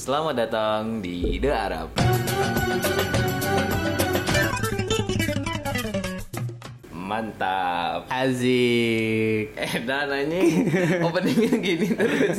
Selamat datang di The Arab. Mantap. Azik. Dan anjing openingnya gini terus.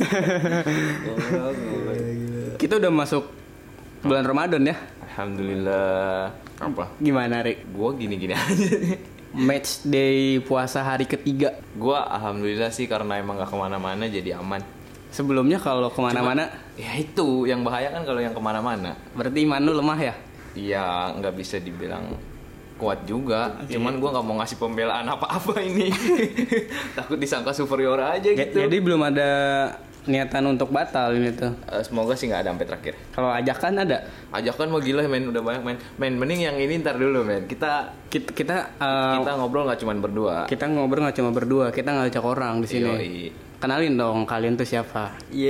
Kita udah masuk bulan Ramadan ya. Alhamdulillah. Apa? Gimana, Rik? Gua gini-gini aja nih. Match day puasa hari ketiga. Gua alhamdulillah sih karena emang gak kemana-mana jadi aman. Sebelumnya kalau kemana-mana, Ya itu yang bahaya kan kalau yang kemana-mana. berarti iman lu lemah ya? Iya nggak bisa dibilang kuat juga. Cuman gua nggak mau ngasih pembelaan apa-apa ini. Takut disangka superior aja gitu. Jadi belum ada niatan untuk batal ini tuh. Semoga sih nggak ada sampai terakhir. Kalau ajakan ada. Ajakan mau gila men, udah banyak men. Men mending yang ini ntar dulu men. Kita Kita ngobrol nggak cuma berdua. kita ngobrol nggak cuma berdua, kita ngajak orang di sini. Yoi. Kenalin dong kalian tuh siapa? Ye,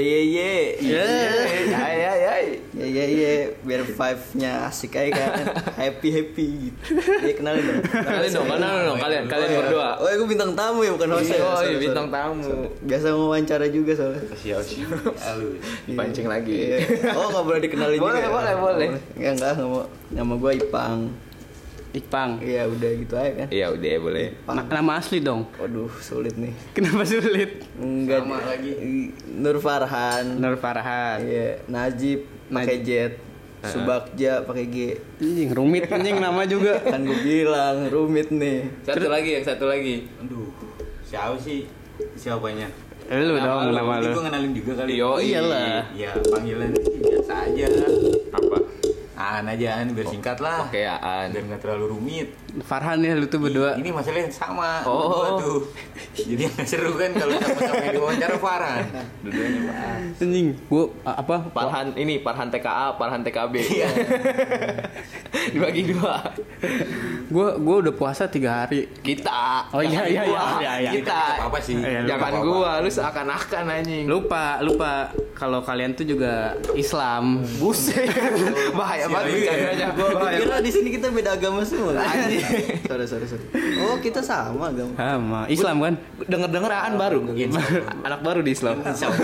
biar vibe-nya asik aja kan, happy gitu. Ya kenalin dong. Kenalin dong kalian berdua. Oh, aku bintang tamu ya, bukan host. Oh, iya, bintang tamu. Biasa wawancara juga soalnya. Siap. Dipancing lagi. Oh, nggak boleh dikenalin Boleh, juga. boleh. Enggak mau. Nama gue Ipang. Ipang. Iya, udah gitu aja kan. Iya udah boleh. Nama asli dong. Waduh, sulit nih. Kenapa sulit? Enggak Sama lagi. Nur Farhan. Nur Farhan. Iya, Najib pakai J. Subakja pakai G. Anjing rumit anjing nama juga. Kan gue bilang rumit nih. Yang satu lagi. Aduh, siapa sih? Siapanya? Lu dong nama lu. Gue ngenalin juga kali. Iyalah. Ya panggilan sih biasa aja. Apa? Aan aja, biar singkat lah. Oke, Aan. Biar nggak terlalu rumit. Farhan ya lu tuh berdua. Ini masalahnya sama. Oh. Berdua tuh. Jadi yang seru kan kalau sama-sama yang diwawancara Farhan. Dua-duanya Pak. Anjing, gua apa? Farhan TKA, Farhan TKB. Iya. Dibagi dua. Gua udah puasa 3 hari. Kita. Oh, iya. Kita. Apa sih? Iya, Jangan gua, lu seakan-akan anjing. Lupa kalau kalian tuh juga Islam. Buset. Bahaya banget bercandanya. Gua kira di sini kita beda agama semua. Sorry. Oh, kita sama agama. Sama Islam kan? Denger-denger Aan baru. Anak baru di Islam.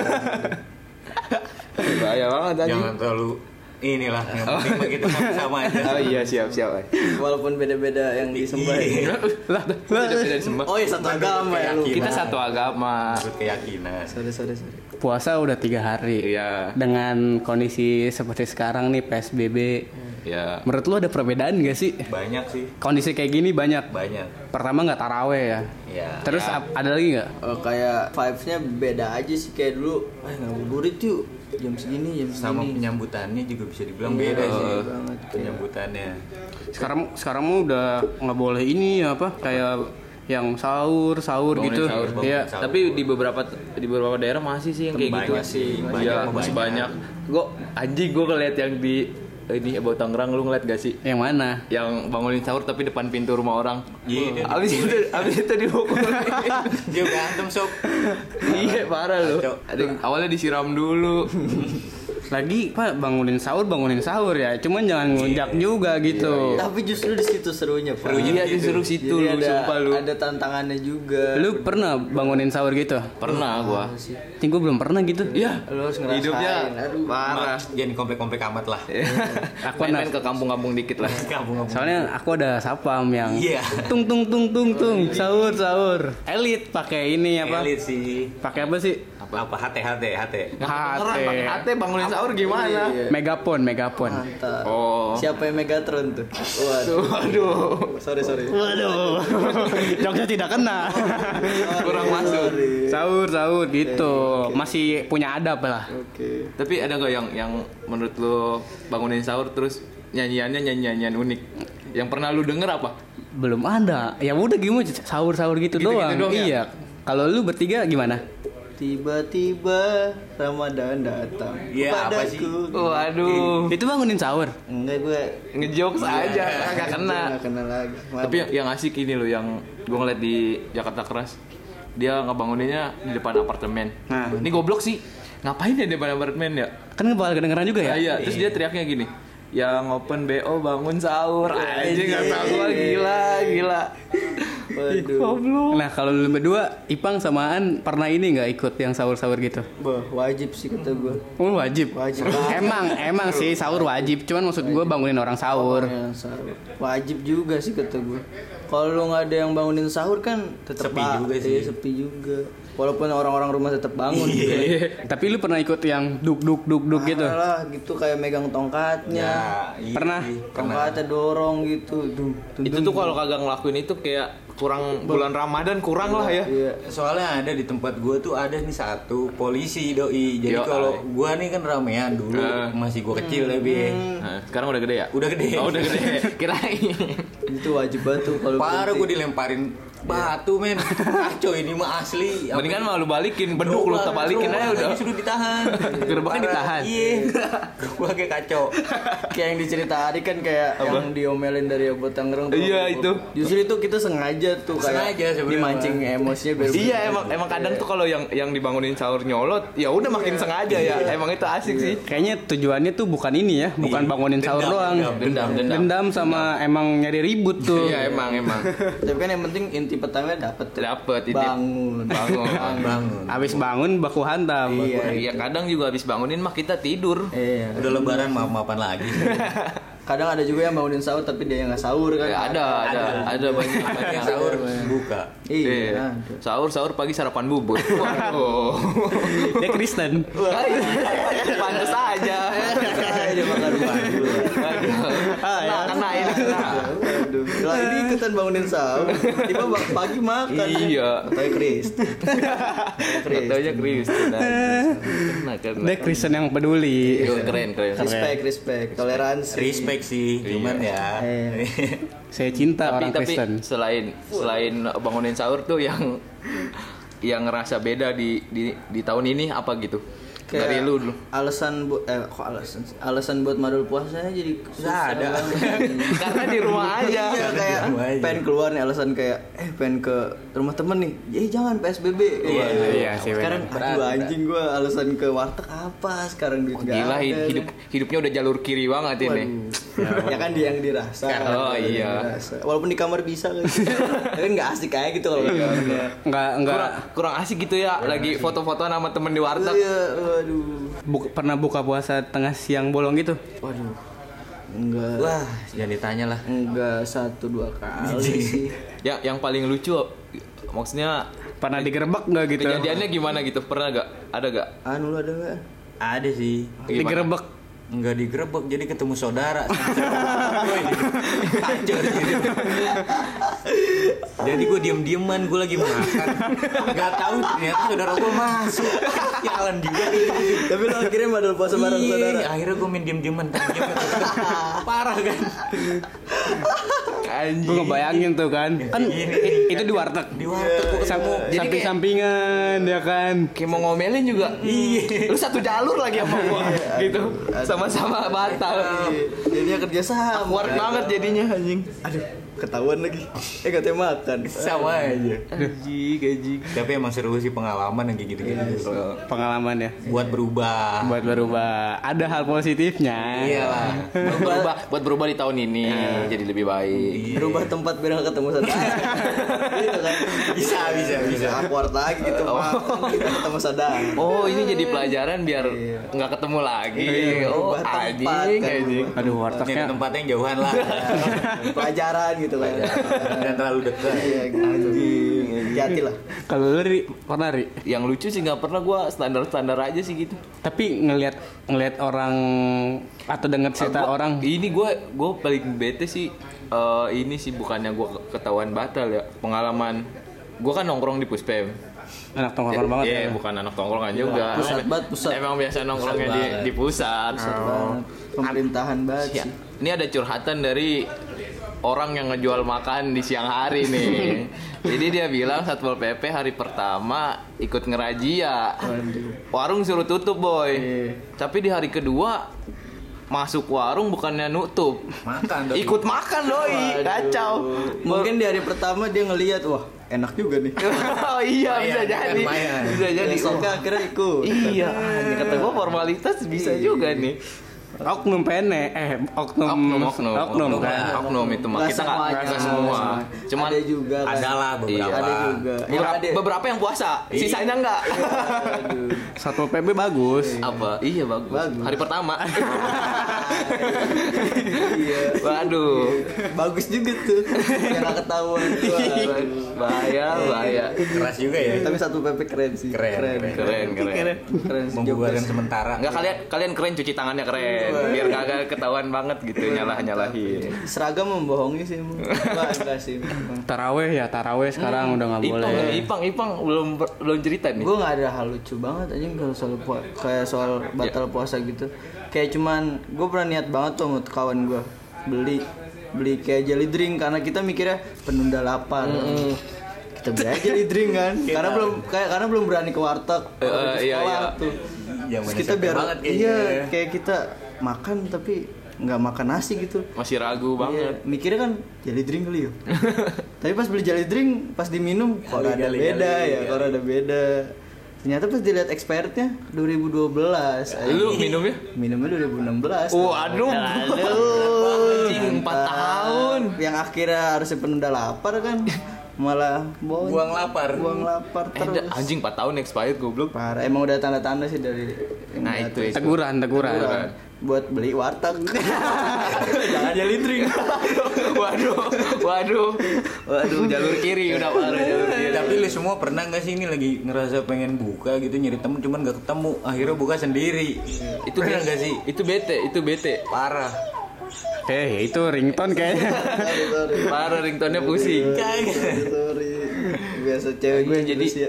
Bahaya banget anjing. Jangan terlalu inilah yang penting mah kita sama aja. Oh iya siap. Walaupun beda-beda yang disembah. Iya. Lah, Beda-beda disembah. Oh, iya satu agama ya lu. Kita satu agama. Menurut keyakinan. Sorry. puasa udah 3 hari. Iya. Dengan kondisi seperti sekarang nih PSBB. Ya. Menurut lu ada perbedaan gak sih? Banyak sih. Kondisi kayak gini banyak. Pertama nggak taraweh ya. Ya. Terus Ya. ada lagi nggak? Kayak vibes-nya beda aja sih, kayak dulu. Ngabuburit yuk. Jam segini. Sama penyambutannya juga bisa dibilang Iya, beda sih. banget. Penyambutannya. Sekarang mah udah nggak boleh ini apa kayak yang sahur Bangunin gitu. sahur, Iya. sahur. Tapi di beberapa daerah masih sih yang kayak gitu. Banyak sih, Iya, masih banyak. Gue ngeliat yang di ini Abau Tangerang, lu ngeliat gak sih? Yang mana? Yang bangunin sahur tapi depan pintu rumah orang. Iya, Abis itu dipukul. Dia berantem sob. Iya parah lu. Kacau. Ada yang awalnya disiram dulu. Lagi Pak bangunin sahur ya. Cuman jangan ngunjak juga gitu. Tapi justru di situ serunya, Pak. Iya justru situ Jadi lu sumpah lu. ada tantangannya juga. Lu pernah bangunin sahur gitu? Pernah gua. Gue belum pernah gitu. Iya. Lu harus ngerasain. Hidupnya Aduh. parah. Jangan komplek-komplek amat lah. Aku Main-main ke kampung-kampung dikit lah. Kampung-kampung. Soalnya aku ada sapam yang Iya. tung sahur. Elit pakai ini apa? Elit sih. Pakai apa sih? Apa HT. HT bangunin sahur gimana? Iya. Megapon. Mantap. Oh. Siapa yang Megatron tuh? Waduh. Sorry. Waduh. Jokesnya tidak kena. Kurang masuk. Sahur gitu. Masih punya adab lah. Oke. Tapi ada gak yang menurut lo bangunin sahur terus nyanyian unik? Yang pernah lu denger apa? Belum ada. Ya udah gimana sahur gitu, Gitu-gitu doang. doang ya? Iya. Kalau lu bertiga gimana? Tiba-tiba Ramadan datang. Iya, apa sih? Waduh. Itu bangunin sahur. Enggak, gue Ngejokes aja, kagak kena. Nggak kena lagi. Maaf. Tapi yang asik ini loh yang gue ngeliat di Jakarta Keras. Dia ngebanguninnya di depan apartemen. Nah. Ini goblok sih. Ngapain ya di depan apartemen ya? Kan bakal kedengeran juga ya? Iya, terus dia teriaknya gini. Yang open BO bangun sahur aja nggak tahu gua gila. Waduh. Nah kalau lu berdua Ipang sama Aan pernah ini nggak ikut yang sahur-sahur gitu? Bah, wajib sih kata gue. Oh wajib. Wajib. Emang sih sahur wajib. Cuman maksud gue bangunin orang sahur. Wajib juga sih kata gue. Kalau lu nggak ada yang bangunin sahur kan tetap Sepi juga sih. sepi juga. Walaupun orang-orang rumah tetap bangun gitu. Tapi lu pernah ikut yang duk gitu? Lah gitu kayak megang tongkatnya. Ya, iya. Pernah? Tongkatnya dorong gitu. Itu tuh kalau kagak ngelakuin itu kayak kurang bulan Ramadan kurang lah ya. Iya. Soalnya ada di tempat gue tuh ada nih satu polisi doi. Jadi Yo, kalau gue nih kan ramean dulu masih gue kecil tapi Nah, sekarang udah gede ya? udah gede. Oh, udah gede. Kirain. Itu wajib banget tuh kalau Parah berhenti. gue dilemparin batu men. Kacau ini mah asli. Mendingan mau lu balikin, beduk lu tak balikin aja udah. Ini sudah ditahan. Gerbangnya ditahan. Iya. Gue kayak kacau. Kayak yang dicerita Ari kan kayak yang diomelin dari Abot Tangerang tuh. Iya, itu. Justru itu kita sengaja tuh Sengaja kayak sebenarnya. dimancing emosinya biar Iya emang kadang tuh kalau yang dibangunin sahur nyolot, ya udah makin sengaja ya. Emang itu asik sih. Kayaknya tujuannya tuh bukan ini ya, bukan bangunin sahur doang. Dendam. Sama emang nyari ribut tuh. Iya emang. Tapi kan yang penting inti pertamanya dapet Dapet bangun. Bangun. Habis bangun baku hantam. Iya kadang juga habis bangunin mah kita tidur. Iya. Udah lebaran maaf-maafan lagi. Kadang ada juga yang bangunin sahur tapi dia yang nggak sahur kan. Ya, ada banyak Yang sahur buka. Iya. Sahur pagi sarapan bubur. Waduh. Dia Kristen. Pantes aja. Dia makan bubur. Kena ini. Aduh. Lah ini ikutan bangunin sahur. Tiba pagi makan. Iya. Kayak Chris. Katanya Kristen. Kena. Dia Kristen yang peduli. Keren. Respect, toleransi. Respect sih, cuman ya. Saya cinta orang Tapi Kristen. selain bangunin sahur tuh yang ngerasa beda di tahun ini apa gitu? Dari lu dulu. Alasan buat madul puasanya jadi susah ada. banget. Karena di rumah aja. Iya kayak rumah aja. pengen keluar nih alasan kayak pengen ke rumah temen nih. Jangan PSBB. Iya sih, Sekarang benar. aduh anjing gua alasan ke warteg apa? Sekarang duit enggak Gila ada. hidupnya udah jalur kiri banget ini. Ya kan dia yang dirasa. Oh, iya. Dirasa. Walaupun di kamar bisa kan. Tapi enggak asik kayak gitu kalau di kamar. Enggak Kurang asik gitu ya, lagi foto-fotoan sama temen di warteg. Iya, waduh. pernah buka puasa tengah siang bolong gitu. Waduh. Enggak. Wah, jangan ditanya lah. Enggak 1-2 kali sih. Yang paling lucu maksudnya Pernah digerebek nggak gitu? kejadiannya gimana gitu? Pernah gak? Ada gak? Anu lu ada enggak? Ada sih. Digerebek. Enggak digerebek, jadi ketemu saudara. Kacau gitu. Jadi gue diem-dieman, gue lagi makan. Gak tahu ternyata saudara gue masuk. Jalan juga. Tapi lo akhirnya madul puasa bareng Iya, saudara. akhirnya gue main diem-dieman. Parah kan? Gue ngebayangin tuh kan. Kan itu di warteg. Di warteg gue ketemu. Samping-sampingan ya kan. Kayak mau ngomelin juga. Iya. Lu satu jalur lagi sama gua. Gitu. Sama-sama batal. Jadinya kerja sama. Awkward banget jadinya anjing. Aduh, ketahuan lagi. Katanya makan. Sama aja. Gaji. Tapi emang seru sih pengalaman yang kayak gitu-gitu. Pengalaman ya. Buat berubah. Buat berubah. Ada hal positifnya. Iyalah. Buat berubah di tahun ini jadi lebih baik. Berubah tempat biar nggak ketemu saudara. Gitu kan. Bisa. Awkward lagi gitu makan kita ketemu saudara. Oh, ini jadi pelajaran biar nggak ketemu lagi. Oh, Berubah tempat, anjing, kan. anjing. Aduh, Ini wartegnya tempatnya yang jauhan lah. Pelajaran gitu kan. Dan terlalu dekat. Iya gitu. Hati lah. kalau lu Ri, pernah Ri? Yang lucu sih nggak pernah gua standar aja sih gitu. Tapi ngelihat orang atau dengar cerita orang Ini gue paling bete sih ini sih bukannya gue ketahuan batal ya, pengalaman gue kan nongkrong di Puspem. anak tongkrongan banget Iya, ya. bukan anak tongkrongan juga. Pusat banget, pusat. Emang biasa nongkrongnya di pusat. Banget. Pemerintahan banget Ya, sih. ini ada curhatan dari orang yang ngejual makan di siang hari nih. Jadi dia bilang Satpol PP hari pertama ikut ngerazia. Warung suruh tutup boy. Tapi di hari kedua masuk warung bukannya nutup. Makan dong. Ikut makan doi. Kacau. Mungkin di hari pertama dia ngelihat wah enak juga nih. Oh iya, bisa jadi. lumayan. Bisa jadi. Besoknya akhirnya ikut. Iya, kata gua formalitas bisa juga nih. Oknum PNS, oknum kan. Oknum itu mah kita semuanya. nggak semua. Cuman Ada juga kan. Adalah beberapa. Iya. Ada juga. beberapa yang puasa, sisanya enggak. Aduh. Satpol PP bagus. Apa? Iya bagus. Bagus. Hari pertama. Iya. Waduh. Bagus juga tuh. Yang gak ketahuan. Bahaya. Keras juga ya. Tapi satu PP keren sih. Keren. Keren sih. Membubarkan sementara. Enggak kalian keren, cuci tangannya keren. Biar kagak ketahuan banget gitu nyalahin. Seragam membohongi sih emang. Enggak sih. Taraweh sekarang udah nggak boleh. Ipang belum cerita nih. Gue nggak ada hal lucu banget aja kalau soal kayak soal batal puasa gitu. Kayak cuman gue pernah niat banget tuh sama kawan gue beli kayak jelly drink karena kita mikirnya penunda lapar. Kita beli aja jelly drink kan. karena belum berani ke warteg. Iya. Tuh. Yang Terus kita biar banget kayaknya. iya kayak kita makan tapi nggak makan nasi gitu. Masih ragu banget. Iya, mikirnya kan jelly drink kali ya. Tapi pas beli jelly drink, pas diminum kok ada beda ya, kok ada beda. Ternyata pas dilihat expirednya 2012. Lu minumnya? Minumnya 2016. Waduh. Anjing 4 tahun. Yang akhirnya harusnya penunda lapar kan. Malah Buang lapar. terus. Anjing 4 tahun expired goblok. Parah, emang udah tanda-tanda sih dari Nah, itu. Teguran. buat beli warteg. Jangan jelly drink. Waduh, jalur kiri udah parah jalur kiri. Tapi lu semua pernah nggak sih ini lagi ngerasa pengen buka gitu nyari temen cuman nggak ketemu akhirnya buka sendiri. Itu pernah nggak sih? Itu bete. Parah. Itu ringtone kayaknya. Sorry. Parah ringtone-nya pusing. Sorry. Biasa cewek gue Jadi- jadi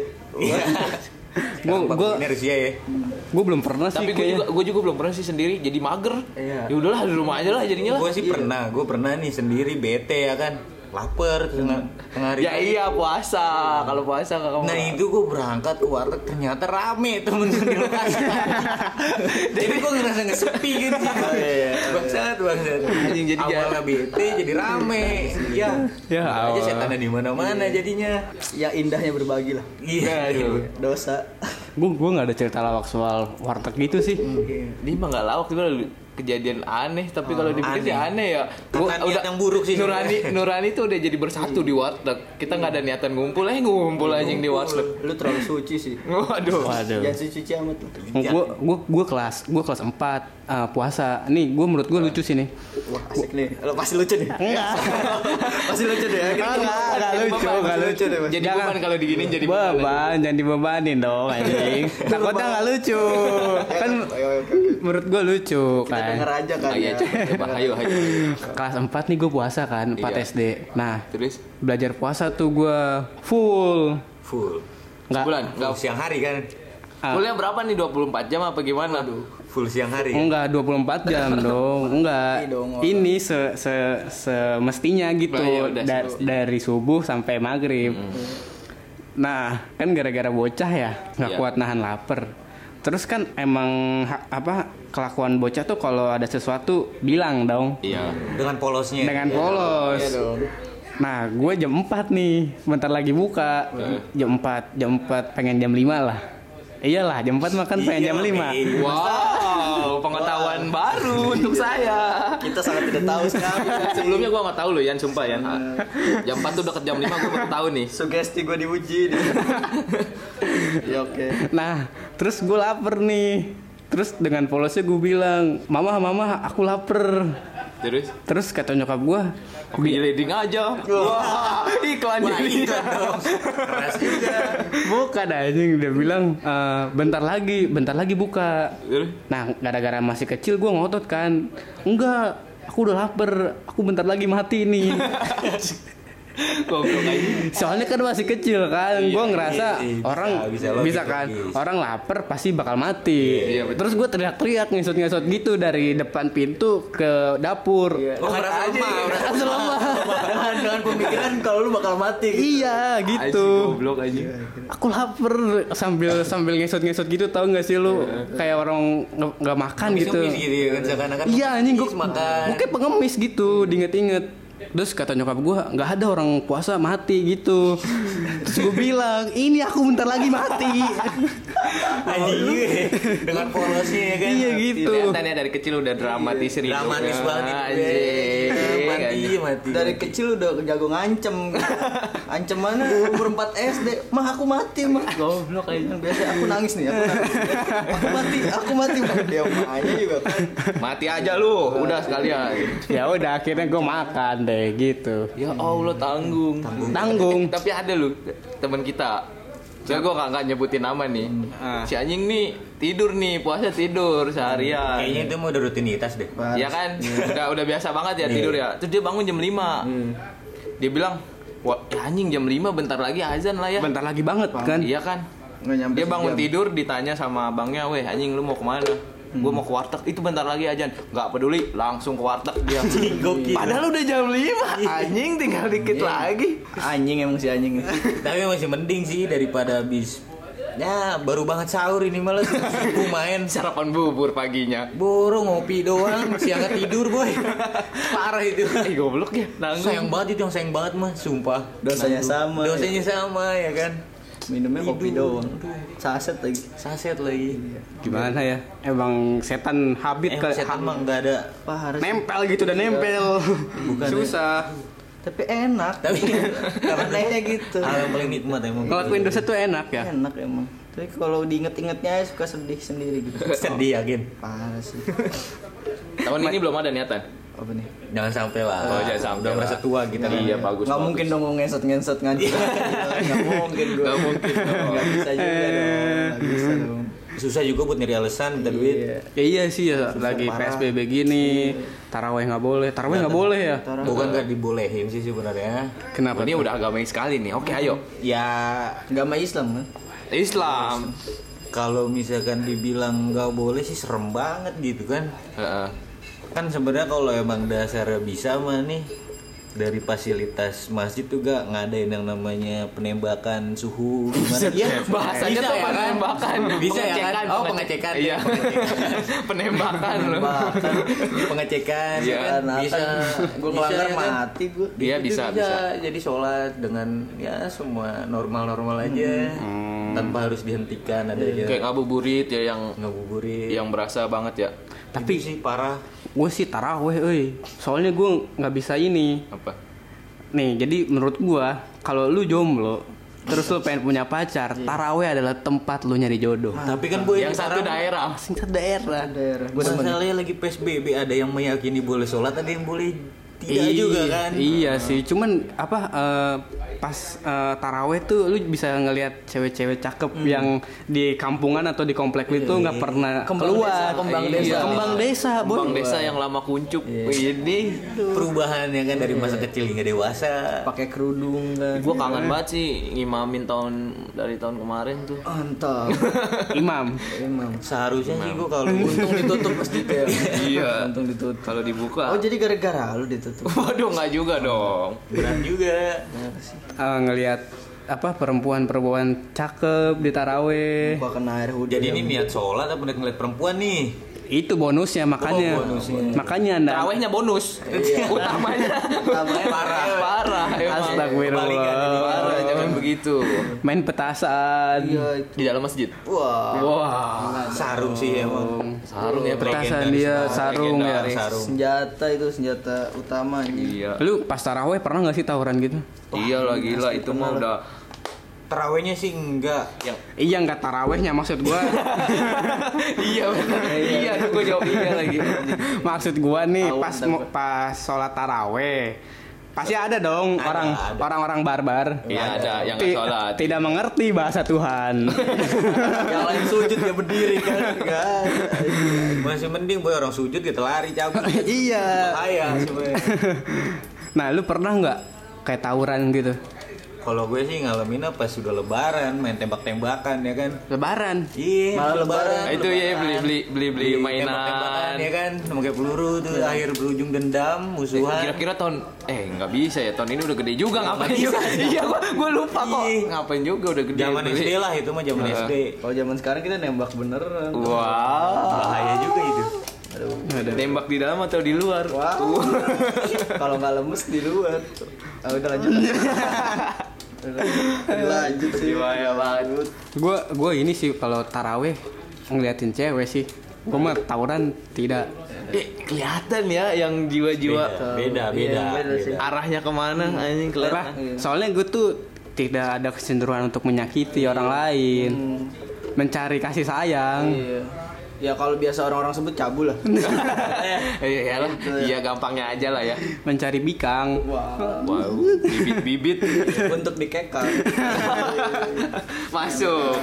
Gue Rusia ya. belum pernah sih Tapi kayaknya. gue juga belum pernah sih sendiri jadi mager. Iya. Ya udahlah di rumah aja lah jadinya lah. Gue pernah nih sendiri bete ya kan. Lapar tengah hari. Ya iya puasa. Kalau puasa kakak Nah itu gue berangkat ke warteg ternyata rame temen di lokasi. Jadi gue ngerasa nggak sepi gitu sih. Bangsat. Anjing, jadi awalnya bete jadi rame. Ya, aja awal. setannya di mana-mana jadinya. ya indahnya berbagi lah. Iya. Dosa. Gue nggak ada cerita lawak soal warteg gitu sih. Dia mah nggak lawak juga kejadian aneh tapi kalau dipikir sih aneh ya. Karena niat yang buruk sih Nurani tuh udah jadi bersatu di warteg. Kita nggak ada niatan ngumpul anjing di warteg. Lu terlalu suci sih. Waduh. Jangan suci amat lu. Gue kelas 4 puasa. Nih menurut gue lucu sih nih. Wah, asik nih. Lo pasti lucu nih. Enggak. Pasti lucu deh. Enggak lucu. Jadi beban kalau diginiin jadi Beban, jangan dibebanin dong anjing. Takutnya nggak lucu. Kan menurut gue lucu Kita kan. denger aja kan. Oh, iya, coba. Ayo. Kelas 4 nih gue puasa kan, 4 Iya. SD. Nah, Terus belajar puasa tuh gue full. Nggak, sebulan Full siang hari kan. kuliah berapa nih 24 jam apa gimana? Full siang hari. Enggak 24 jam dong, enggak. Iya dong. Ini semestinya gitu Oh, iya, udah dari subuh sampai maghrib. Nah, kan gara-gara bocah ya, nggak Iya. kuat nahan lapar. Terus kan emang kelakuan bocah tuh kalau ada sesuatu bilang dong. Iya. Dengan polosnya. Dengan polos. Iya dong. Nah, gue jam 4 nih, bentar lagi buka. Jam 4 pengen jam 5 lah. Iyalah, jam 4 makan pengen jam 5. Wow, pengetahuan baru untuk saya. Kita sangat tidak tahu sekali. Sebelumnya gua nggak tahu loh Yan, sumpah Yan. Jam 4 tuh deket jam 5 gua baru tahu nih. Sugesti gue diuji nih. Ya oke. Nah, terus gue lapar nih. Terus dengan polosnya gue bilang, mama, aku lapar. Terus kata nyokap gue, Aku jeliding aja. Wah, iklan jadi. Keras juga. bukan anjing. Dia bilang, bentar lagi buka. Nah, gara-gara masih kecil gue ngotot kan. Enggak, aku udah lapar. Aku bentar lagi mati nih. Goblok aja. Soalnya kan masih kecil kan, gue ngerasa orang bisa kan, logis. orang lapar pasti bakal mati. Iya, betul. Terus gue teriak-teriak ngesot-ngesot gitu dari depan pintu ke dapur. Oh, merasa lemah. Dengan pemikiran kalau lu bakal mati. Iya Anjing, gitu. goblok aja. Aku lapar sambil ngesot-ngesot gitu, tahu nggak sih lu? Kayak orang nggak makan gitu. Ngemis gitu ya kan seakan-akan. Iya anjing, gue makan. kayak pengemis gitu, diinget-inget. Terus kata nyokap gue, nggak ada orang puasa mati gitu. Terus Terus gue bilang, ini aku bentar lagi mati. Anjing dengan polosnya ya kan. Iya gitu. Kelihatan ya dari kecil udah dramatis nih. Dramatis banget. Anjing. Mati. Dari kecil udah jago ngancem gitu. Ancem mana umur 4 SD. Mah aku mati mah. Goblok kayaknya. Biasa aku nangis nih, aku mati. Mah dia makanya juga kan. Mati aja lu, udah sekalian. Ya udah akhirnya gue makan deh gitu. Ya Allah tanggung. Tapi ada lu teman kita. Soalnya gue nggak nyebutin nama nih. Si anjing nih tidur nih, puasa tidur seharian. Kayaknya itu mau udah rutinitas deh. Iya kan? Udah biasa banget ya tidur ya. Terus dia bangun jam 5. Dia bilang, "Wah, ya anjing jam 5 bentar lagi azan lah ya." Bentar lagi banget kan. Iya kan? Nggak nyampe Dia bangun sejam. tidur ditanya sama abangnya, "Weh, anjing lu mau kemana?" Gue mau ke warteg, itu bentar lagi azan. Nggak peduli, langsung ke warteg dia. Gokil. Padahal udah jam 5. Anjing tinggal dikit lagi. Anjing emang si anjing. Tapi masih mending sih daripada habis. Ya baru banget sahur ini malah subuh main. Sarapan bubur paginya. Borong ngopi doang, siangnya tidur boy. Parah itu. Goblok ya. Sayang banget itu yang sayang banget mah, sumpah. Dosanya sama. Dosanya sama ya kan. Minumnya kopi Tidur. doang. Saset lagi. Saset lagi. Gimana ya? Emang setan habit ke Setan mah nggak ada. Parah sih. nempel gitu dan nempel. Bukan, Susah. Tapi enak. Tapi Anehnya gitu. hal yang paling nikmat emang. Ngelakuin dosa tuh enak ya. Enak emang. Tapi kalau diinget-ingetnya suka sedih sendiri gitu. Sedih yakin. Parah sih. Tahun ini belum ada niatan. Apa nih? Jangan sampai lah. Oh, jangan sampai Udah lah. merasa tua kita. Iya, bagus. Nggak mungkin dong ngesot ngaji. Nggak mungkin gue. Nggak mungkin dong. Nggak bisa juga dong. Nggak bisa dong. Susah juga buat nyari alasan minta duit. Iya. Ya iya sih ya, lagi parah. PSBB gini, taraweh nggak boleh, nggak boleh ya. Bukan nggak dibolehin sih sebenarnya. Kenapa? Ini udah agama sekali nih. Oke, ayo. Ya Agama Islam kan? Islam. kalau misalkan dibilang nggak boleh sih serem banget gitu kan. Heeh. Kan sebenarnya kalau emang dasarnya bisa mah nih dari fasilitas masjid tuh gak ngadain yang namanya penembakan suhu gimana? Iya, bahasanya Bisa tuh ya kan? penembakan. Bisa ya kan? Pengecekan, Oh pengecekan. Iya. Penembakan loh. Bahkan Pengecekan Iya. ya kan? Bisa. gue ngelanggar Bisa, ya kan? mati gue. Iya, Itu bisa. Jadi sholat dengan ya semua normal-normal aja tanpa harus dihentikan ada aja Kayak ngabuburit ya yang ngabuburit. berasa banget ya. Tapi sih parah. Gue sih taraweh, soalnya gue nggak bisa ini. Apa? Nih, jadi menurut gue kalau lu jomblo, terus lu pengen punya pacar, taraweh adalah tempat lu nyari jodoh. Tapi kan boy Yang satu daerah. Singkat daerah. Daerah. Gue demen. masalahnya lagi PSBB ada yang meyakini boleh sholat ada yang boleh tidak juga kan. Iya sih, cuman apa pas taraweh tuh lu bisa ngelihat cewek-cewek cakep yang di kampungan atau di komplek lu itu nggak pernah keluar. Kembang Iya. desa. Kembang desa, boy. Kembang desa yang lama kuncup. Ini Perubahannya kan dari masa kecil hingga dewasa. Pakai kerudung kan. gue kangen banget sih ngimamin dari tahun kemarin tuh. Mantap. Imam. Emang. Seharusnya sih gua kalau Untung ditutup masjidnya. Iya. Untung ditutup. Kalau dibuka. Oh jadi gara-gara lu ditutup. Waduh, nggak juga dong. berat juga. Ngelihat apa perempuan cakep di taraweh. Gua kena air hujan. Jadi ini niat sholat apa niat ngeliat perempuan nih? Itu bonusnya makanya. Oh, bonusnya. Makanya Anda Tarawehnya bonus. Utamanya. Parah. Emang. Astagfirullah. Parah, jangan begitu. Main petasan. Di dalam masjid. Wah. Wah, Sarung sih emang. Sarung ya, petasan dia sarung ya. legendaris. Senjata itu senjata utama anjing. Iya. Lu pas taraweh pernah nggak sih tawuran gitu? Iya lah gila itu mah udah Terawihnya sih enggak. yang Iya nggak tarawehnya maksud gua. iya benar. Iya, gue jawab iya lagi. Maksud gua nih Tahu, pas tahu. pas sholat taraweh pasti ada dong Ada. orang-orang barbar. Iya ada yang nggak sholat. Tidak mengerti bahasa Tuhan. Yang lain sujud dia berdiri kan. Enggak. Masih mending boy orang sujud kita lari cabut. Iya. Bahaya sebenarnya. Nah, lu pernah nggak kayak tawuran gitu? Kalau gue sih ngalamin pas sudah lebaran main tembak-tembakan ya kan. Lebaran. Iya, Malah lebaran. Itu ya beli tembak-tembakan ya mainan. kan, pakai peluru tuh akhir berujung dendam, musuhan. Kira-kira tahun nggak bisa ya tahun ini udah gede juga ngapain juga? Iya gua lupa kok. Iya. Ngapain juga udah gede. Zaman beli. SD lah itu mah zaman SD. Kalau zaman sekarang kita nembak beneran. Wah. Bahaya juga itu. Aduh. Nembak di dalam atau di luar? Wow. Kalau nggak lemes di luar. Ah, udah lanjut. Lanjut sih. Bahaya banget. Gue ini sih kalau taraweh ngeliatin cewek sih. Gue mah tawuran tidak. Kelihatan ya yang jiwa-jiwa Beda sih. arahnya kemana anjing kelihatan. Soalnya gue tuh tidak ada kecenderungan untuk menyakiti orang lain, mencari kasih sayang. Iya. Ya kalau biasa orang-orang sebut cabul lah. Iya lah, iya gampangnya aja lah ya. Mencari bikang. Wow, bibit-bibit Untuk dikekang. masuk.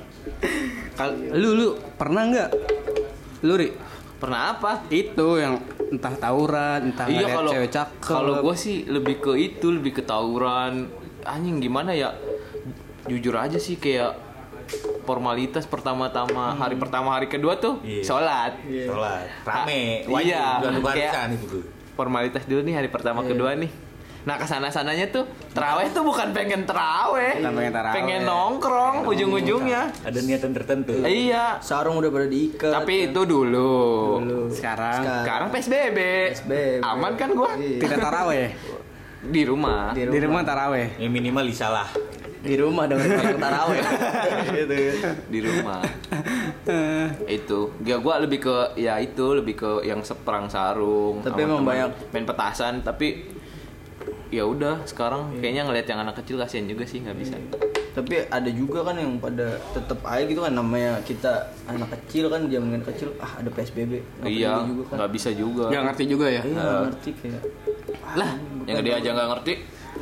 Lu pernah nggak? Lu Ri? Pernah apa? Itu yang entah tawuran, entah Iya ngeliat kalau cewek cakep. kalau gue sih lebih ke itu, lebih ke tawuran. Anjing gimana ya? Jujur aja sih kayak formalitas pertama-tama hari pertama hari kedua tuh Iya. sholat. Sholat rame, Iya, bukan kayak barisan itu tuh. formalitas dulu nih hari pertama kedua nih. Nah kesana-sananya tuh terawih tuh bukan pengen terawih, Bukan pengen taraweh. pengen nongkrong ujung-ujungnya. Ada niatan tertentu. Iya. Sarung udah pada diikat. Tapi itu dulu. Sekarang Sekarang PSBB. Aman kan gua? tidak taraweh. Di rumah. Di rumah taraweh. Ya minimal disalah. Di rumah dengan orang tarawih. Gitu ya. Di rumah. Itu. Ya gua lebih ke lebih ke yang seperang sarung. Tapi sama emang teman. banyak. Main petasan tapi ya udah sekarang kayaknya ngeliat yang anak kecil kasihan juga sih nggak bisa. Tapi ada juga kan yang pada tetap aja gitu kan, namanya kita anak kecil kan, zaman kecil ada PSBB. Nggak Iya, peduli juga kan. nggak bisa juga. Nggak ngerti juga ya. Iya, nggak ngerti kayak. Lah, yang dia aja nggak ngerti.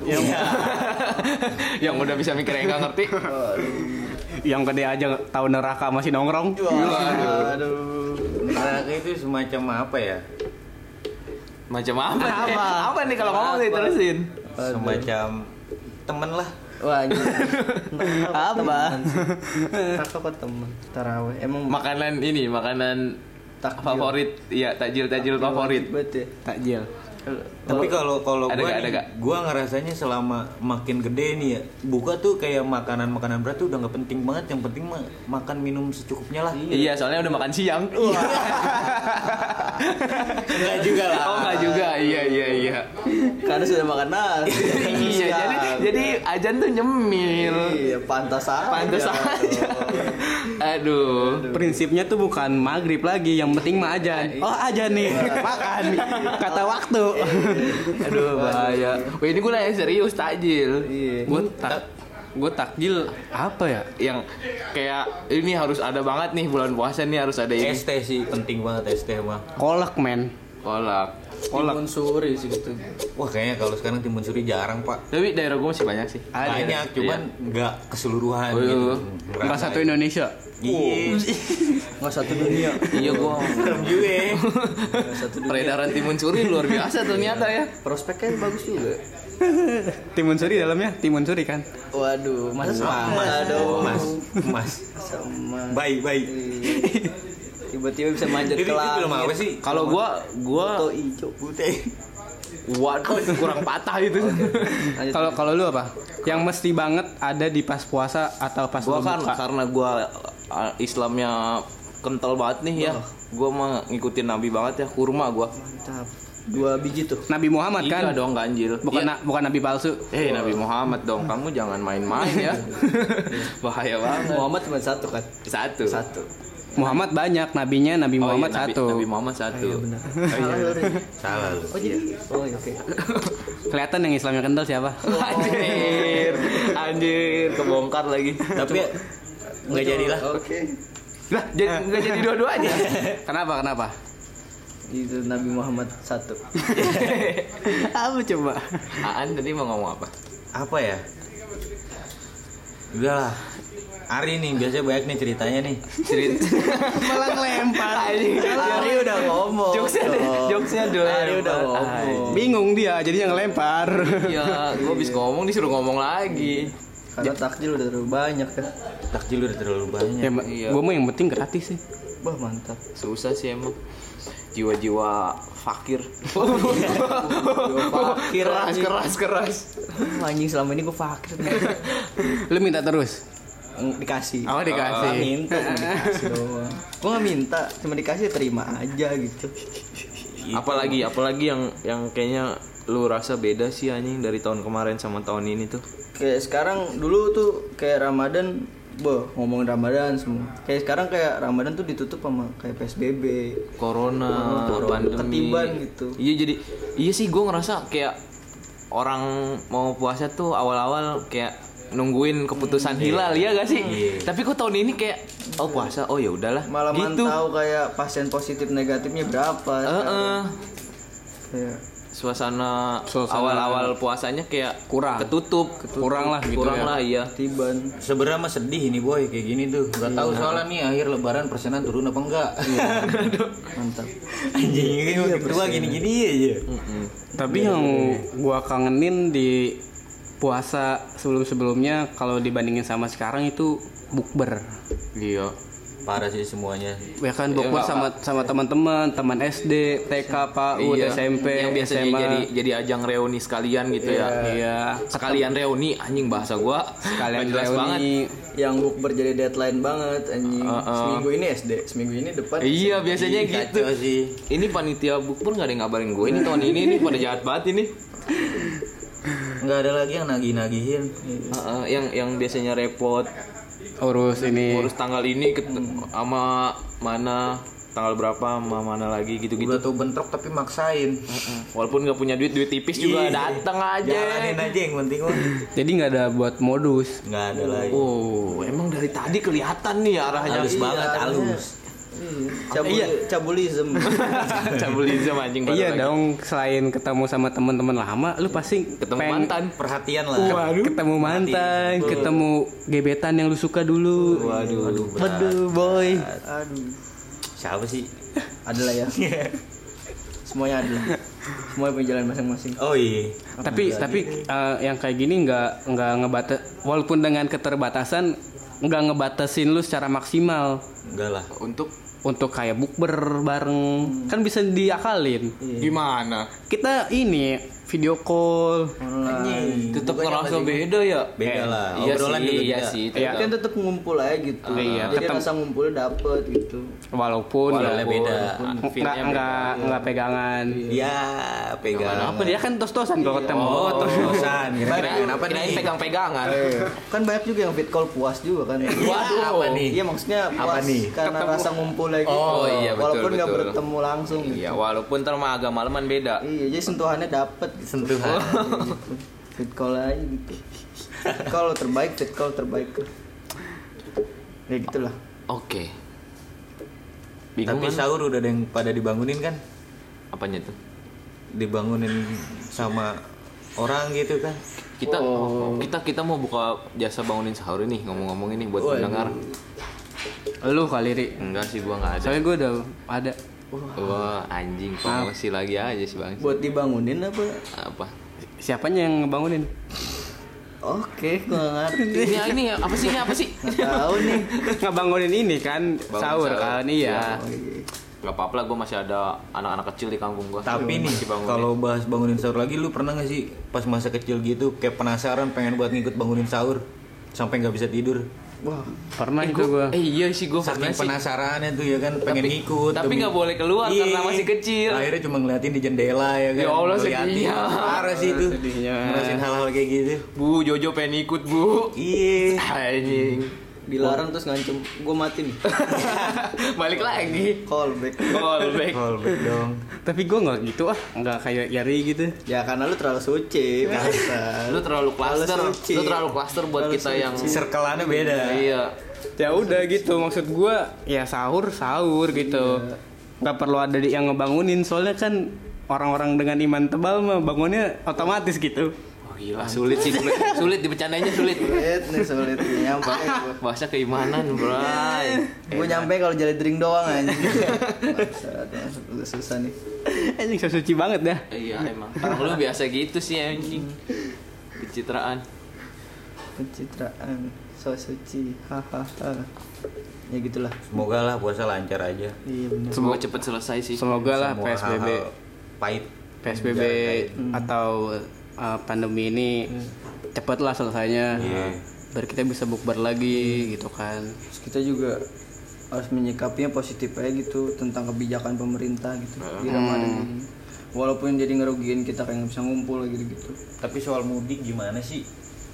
Yang udah bisa mikirnya nggak ngerti. Yang gede aja tahu neraka masih nongkrong. Aduh. Neraka itu semacam apa ya? Macam apa? Apa nih kalau ngomong nih terusin? Semacam temen lah. Wah, apa? Kakak kok temen tarawih. Emang Makanan ini, makanan takjil. favorit. Iya, takjil favorit. Betul. Takjil. Tapi kalau Ada gua gak, ada nih, gak? gua ngerasanya selama makin gede nih ya, buka tuh kayak makanan berat tuh udah nggak penting banget. Yang penting mah makan minum secukupnya lah. Iya, soalnya udah makan siang. Enggak juga lah. Oh, enggak juga. Iya. Karena sudah makan nasi. Iya, jadi ajan tuh nyemil. Iya, pantas aja. Pantes aja. Aduh. Prinsipnya tuh bukan maghrib lagi, yang penting mah ajan. Oh ajan nih, makan. Kata waktu. Aduh, bahaya. Wah, ini gue nanya serius takjil. Iya. Gue takjil apa ya? Yang kayak ini harus ada banget nih bulan puasa nih harus ada ini. ST sih penting banget ST mah. Kolak men. Kolak. Timun suri sih gitu. Wah kayaknya kalau sekarang timun suri jarang pak. Tapi daerah gue masih banyak sih. Banyak, cuman nggak keseluruhan Oh, iya. gitu. Enggak satu Indonesia. Iya. Nggak satu dunia. Iya gue. Serem juga ya. Nggak satu dunia. Peredaran timun suri luar biasa ternyata ya. Prospeknya bagus juga. Timun suri dalamnya timun suri kan. Waduh, masa sama? Aduh, Mas. sama. Baik. Tiba-tiba bisa manjat Ini ke langit. film apa sih? Kalau Foto hijau. waduh kurang patah itu. Lanjut. Kalau lu apa? Yang mesti banget ada di pas puasa atau pas Gua lu kan buka? karena gua Islamnya kental banget nih ya. Gua mah ngikutin Nabi banget ya, kurma gua. Mantap. 2 biji tuh. Nabi Muhammad kan? Iya dong ganjil. Bukan Iya. bukan nabi palsu. Nabi Muhammad dong, kamu jangan main-main ya. Bahaya banget. Muhammad cuma satu kan? Satu. Muhammad banyak, nabinya Nabi Oh, Muhammad iya, satu. Nabi Muhammad satu. Salah lu. Oh jadi? Oh iya, oke. Kelihatan yang Islamnya kental siapa? Anjir, kebongkar lagi. Tapi nggak jadilah. Oke. Lah, nggak jadi dua-duanya. Kenapa? Itu Nabi Muhammad 1. Apa coba? Aan tadi mau ngomong apa? Apa ya? Udahlah. Ari nih biasanya banyak nih ceritanya nih. Malah ngelempar. Ari udah ngomong. Jokesnya dulu. Ari udah ngomong. Bingung dia, jadinya ngelempar. Ya, gua habis ngomong disuruh ngomong lagi. Karena takjil udah terlalu banyak kan. Takjil udah terlalu banyak. Ya, Iya. gue mau yang penting gratis sih. Wah mantap. Susah sih emang. Jiwa-jiwa fakir. Fakir anjing. keras. Anjing selama ini gue fakir. Lu minta terus. Dikasih. Oh, dikasih. Minta cuma dikasih doang. Gue nggak minta, cuma dikasih terima aja gitu. Apalagi yang kayaknya lu rasa beda sih anjing dari tahun kemarin sama tahun ini tuh. Kayak sekarang dulu tuh kayak Ramadan, ngomongin Ramadan semua. Kayak sekarang kayak Ramadan tuh ditutup sama kayak PSBB, Corona, pandemi. ketiban gitu. Iya jadi iya sih gue ngerasa kayak orang mau puasa tuh awal-awal kayak nungguin keputusan hilal ya gak sih? Tapi kok tahun ini kayak puasa, oh ya udahlah. Malah gitu. mantau kayak pasien positif negatifnya berapa. Kayak Suasana awal-awal puasanya kayak ketutup. Kurang lah gitu Kurang ya. lah iya. ketiban. Sebenarnya mah sedih ini boy kayak gini tuh. Gak tahu soalnya nih akhir lebaran persenan turun apa enggak. Mantap. Anjing ini makin tua gini-gini aja. Tapi yang gua kangenin di puasa sebelum-sebelumnya kalau dibandingin sama sekarang itu bukber. Iya. Parah sih semuanya. Ya kan bukber sama teman-teman, teman SD, TK, PAUD, SMP, yang biasanya SMA. jadi ajang reuni sekalian gitu ya. Iya. Sekalian reuni anjing bahasa gua. Sekalian Nggak jelas banget. reuni. Yang bukber jadi deadline banget anjing. Seminggu ini SD, seminggu ini depan. Iya biasanya gitu. Kacau sih. Ini panitia bukber nggak ada yang ngabarin gue ini tahun ini nih pada jahat banget ini. Nggak ada lagi yang nagih-nagihin. Yang biasanya repot Urus ini. urus tanggal ini sama mana tanggal berapa sama mana lagi gitu-gitu. Udah tuh bentrok tapi maksain. Walaupun nggak punya duit tipis juga datang aja. Jalanin aja yang penting mah. Jadi nggak ada buat modus. Nggak ada lagi. Oh, emang dari tadi kelihatan nih arahnya. Halus banget, halus. Cabulism. Cabulism anjing baru Iya lagi. dong, selain ketemu sama teman-teman lama, lu pasti Ketemu mantan. Perhatian lah. ketemu mantan, ketemu gebetan yang lu suka dulu. Waduh, boy. Aduh. Siapa sih? Adalah ya. Semuanya ada. Semuanya punya jalan masing-masing. Oh iya. Tapi yang kayak gini nggak ngebatas, walaupun dengan keterbatasan nggak ngebatasin lu secara maksimal Enggak lah. untuk kayak bukber bareng, kan bisa diakalin. Gimana? Kita ini video call. Tetap ngerasa beda ya? Beda lah. Iya Obrolan sih, juga iya beda. sih. Iya. Kan tetap ngumpul aja gitu. Iya, Jadi rasa ngumpulnya dapet gitu. Walaupun Walaupun beda. nggak pegangan. Iya, pegang. Apa dia kan tos-tosan kalau ketemu. Tosan. Kira-kira apa Kirain nih? pegang-pegangan. Kan banyak juga yang fit call puas juga kan. Waduh, apa nih? Iya maksudnya Apa puas nih? karena rasa ngumpulnya gitu. Oh, iya, betul, Walaupun nggak betul. bertemu langsung gitu. Iya, walaupun ntar mah agak maleman beda. Iya, jadi sentuhannya dapet gitu. Sentuhan. Gitu. Fit call aja gitu. Kalau terbaik, fit call terbaik. Ya gitulah. Oke. Bingung Tapi kan? sahur udah ada yang pada dibangunin kan? Apanya tuh? Dibangunin sama orang gitu kan? Kita mau buka jasa bangunin sahur ini ngomong-ngomong ini buat pendengar. Lu kali Ri. Enggak sih gua nggak ada. Soalnya gue udah ada. Wah anjing promosi lagi aja sih bang. Buat dibangunin apa? Apa? Siapanya yang ngebangunin? Oke, gua nggak ngerti. Ini apa sih? Nggak tahu nih. Ngebangunin ini kan sahur sahur. kan, iya. Gak apa-apa lah, gue masih ada anak-anak kecil di kampung gue. Tapi nih, kalau bahas bangunin sahur lagi, lu pernah gak sih pas masa kecil gitu kayak penasaran pengen buat ngikut bangunin sahur sampai nggak bisa tidur? Wah, Pernah itu gue. Iya sih gue Saking pernah sih. penasarannya tuh ya kan pengen ngikut. Tapi demi- nggak boleh keluar Iya. karena masih kecil. Akhirnya cuma ngeliatin di jendela ya kan. Ya Allah, Ngeliatin. sedihnya. Parah sih itu. Sedihnya. Ngerasain hal-hal kayak gitu. Bu Jojo pengen ikut bu. Iya. Anjing. dilarang terus ngancem gue mati nih. Balik lagi. Callback. Callback. Callback dong. Tapi gue nggak gitu nggak kayak Yari gitu. Ya karena lu terlalu suci biasa. Lu terlalu cluster. Terlalu suci. Lu terlalu cluster buat Terlalu kita yang Circle-annya beda. iya. Ya udah gitu, maksud gue ya sahur gitu. Nggak perlu ada yang ngebangunin, soalnya kan orang-orang dengan iman tebal mah bangunnya otomatis gitu. Oh gila sulit sih. Sulit dibercandainnya sulit. Sulit nih nyampe gue. Bahasa keimanan, bray. Gue nyampe kalau jadi drink doang anjing. Bangsat, udah susah nih. Anjing so suci banget dah. Iya emang. Lu biasa gitu sih anjing. Pencitraan. Pencitraan, so suci, hahaha. Ya gitulah. Semoga lah puasa lancar aja. Iya benar. Semoga cepet selesai sih. Semoga lah Semua PSBB hal-hal pahit. PSBB atau pandemi ini cepatlah selesainya. Biar kita bisa bukber lagi gitu kan. Terus kita juga harus menyikapinya positif aja gitu tentang kebijakan pemerintah gitu di Ramadan ini. Walaupun jadi ngerugiin kita kayak nggak bisa ngumpul gitu gitu. Tapi soal mudik gimana sih?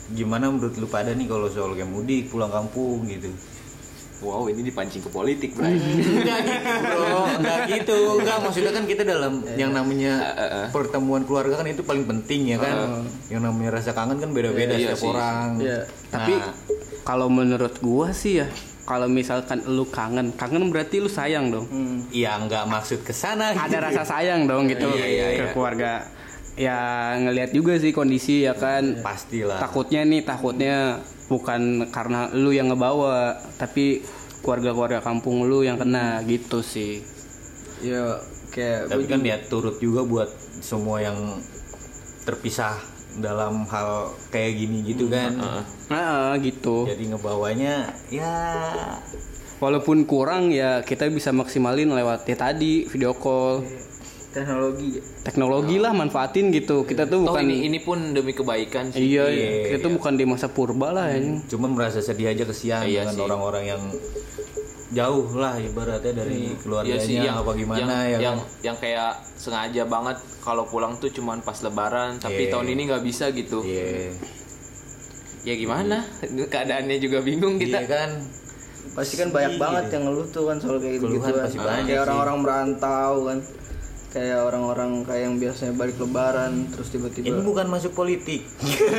gimana menurut lu pada nih kalau soal kayak mudik pulang kampung gitu? Wow, ini dipancing ke politik, Bray. Enggak gitu bro, enggak gitu. Enggak, maksudnya kan kita dalam yang namanya pertemuan keluarga kan itu paling penting ya kan. Yang namanya rasa kangen kan beda-beda Iya setiap sih. orang. Iya. Tapi kalau menurut gua sih ya, kalau misalkan lu kangen berarti lu sayang dong. Iya enggak maksud ke sana gitu. Ada rasa sayang dong gitu ke keluarga. Ya ngelihat juga sih kondisi ya kan. Pastilah. Takutnya bukan karena lu yang ngebawa, tapi keluarga-keluarga kampung lu yang kena gitu sih. Ya kayak Tapi kan ya turut juga buat semua yang terpisah dalam hal kayak gini gitu kan. Nah, gitu. Jadi ngebawanya ya Walaupun kurang ya kita bisa maksimalin lewat ya tadi video call. Teknologi lah manfaatin gitu. Kita tuh Toh bukan ini pun demi kebaikan sih. iya, kita tuh bukan di masa purba lah ya. cuman merasa sedih aja kesian Iya dengan sih. orang-orang yang jauh lah ibaratnya dari keluarganya Iya sih, apa gimana ya kan? yang kayak sengaja banget kalau pulang tuh cuman pas lebaran, tapi Iya. tahun ini nggak bisa gitu. Iya. Ya gimana? Keadaannya juga bingung Iya kita. kan. pasti kan banyak banget yang ngeluh tuh kan soal kayak gitu Keluhan kan. pasti banyak Kayak sih. orang-orang merantau kan. Kayak orang-orang kayak yang biasanya balik lebaran terus tiba-tiba Ini bukan masuk politik.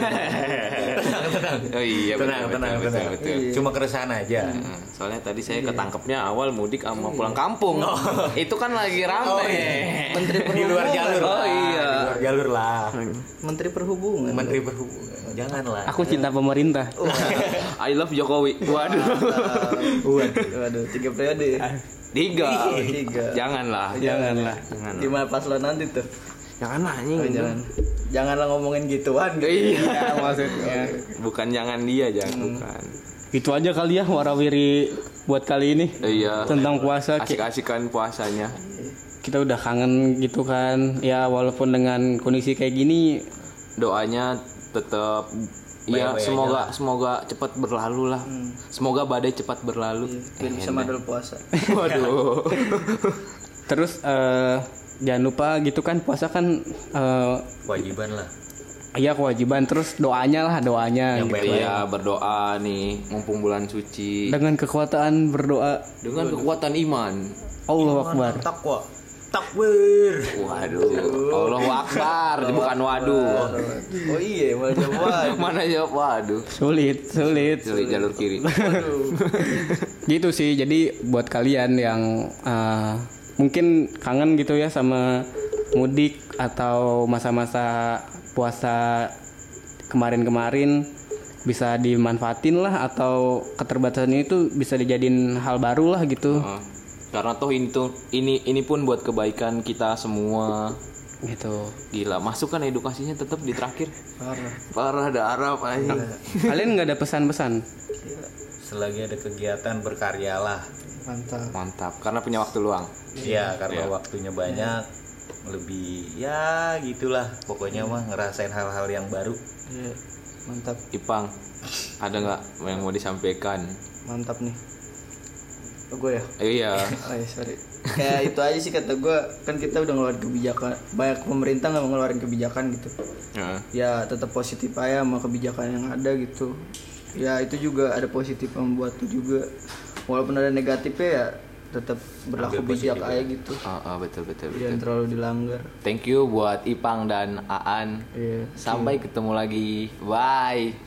Oh iya, tenang, tenang. Cuma keresahan aja. Nah, soalnya tadi saya ketangkepnya awal mudik sama pulang kampung. Itu kan lagi rame. Menteri Di luar jalur. Oh lah, iya. Di luar jalur lah. Menteri Perhubungan. Menteri Perhubungan. Janganlah. Aku cinta pemerintah. I love Jokowi. Waduh. Waduh, 3 periode. 3. Janganlah. Janganlah. Gimana pas lo nanti tuh? Jangan anjing. Oh, janganlah ngomongin gituan. Iya. Maksudnya. Bukan jangan dia, jangan bukan. Itu aja kali ya warawiri buat kali ini. Iya. Tentang puasa Asik-asikan puasanya. kita udah kangen gitu kan. Ya walaupun dengan kondisi kayak gini Doanya tetap ya Baik-baik semoga cepat berlalu lah. Semoga badai cepat berlalu. Biar bisa madal puasa. Waduh. terus jangan lupa gitu kan puasa kan Kewajiban lah. iya kewajiban, terus doanya lah Yang gitu. baik-baik. Iya, berdoa nih mumpung bulan suci Dengan kekuatan berdoa dengan kekuatan iman. Allahu Akbar. Takwa. Takbir. Waduh. Allahu Akbar, bukan waduh. Oh iya, malah jawab. Mana jawab waduh. Sulit. Jadi jalur kiri. Gitu sih. Jadi buat kalian yang mungkin kangen gitu ya sama mudik atau masa-masa puasa kemarin-kemarin, bisa dimanfaatin lah, atau keterbatasan itu bisa dijadiin hal baru lah gitu. Karena toh ini pun buat kebaikan kita semua. Gitu. Gila, masuk kan edukasinya tetap di terakhir. Parah darah aja. Kalian nggak ada pesan-pesan? Selagi ada kegiatan berkaryalah. Mantap. Mantap, karena punya waktu luang. Iya, karena waktunya banyak. Lebih ya gitulah. Pokoknya mah ngerasain hal-hal yang baru. Iya. Mantap. Ipang, ada nggak yang mau disampaikan? Mantap nih. Oh, gue ya? Iya. Oh ya, sorry. Kayak itu aja sih kata gue. Kan kita udah ngeluarin kebijakan. Banyak pemerintah nggak ngeluarin kebijakan gitu. Heeh. Ya tetap positif aja sama kebijakan yang ada gitu. Ya itu juga ada positif membuat itu juga. Walaupun ada negatifnya ya tetap berlaku Ambil bijak positif aja ya. gitu. Betul. Jangan terlalu dilanggar. Thank you buat Ipang dan Aan. Iya. Sampai ketemu lagi. Bye.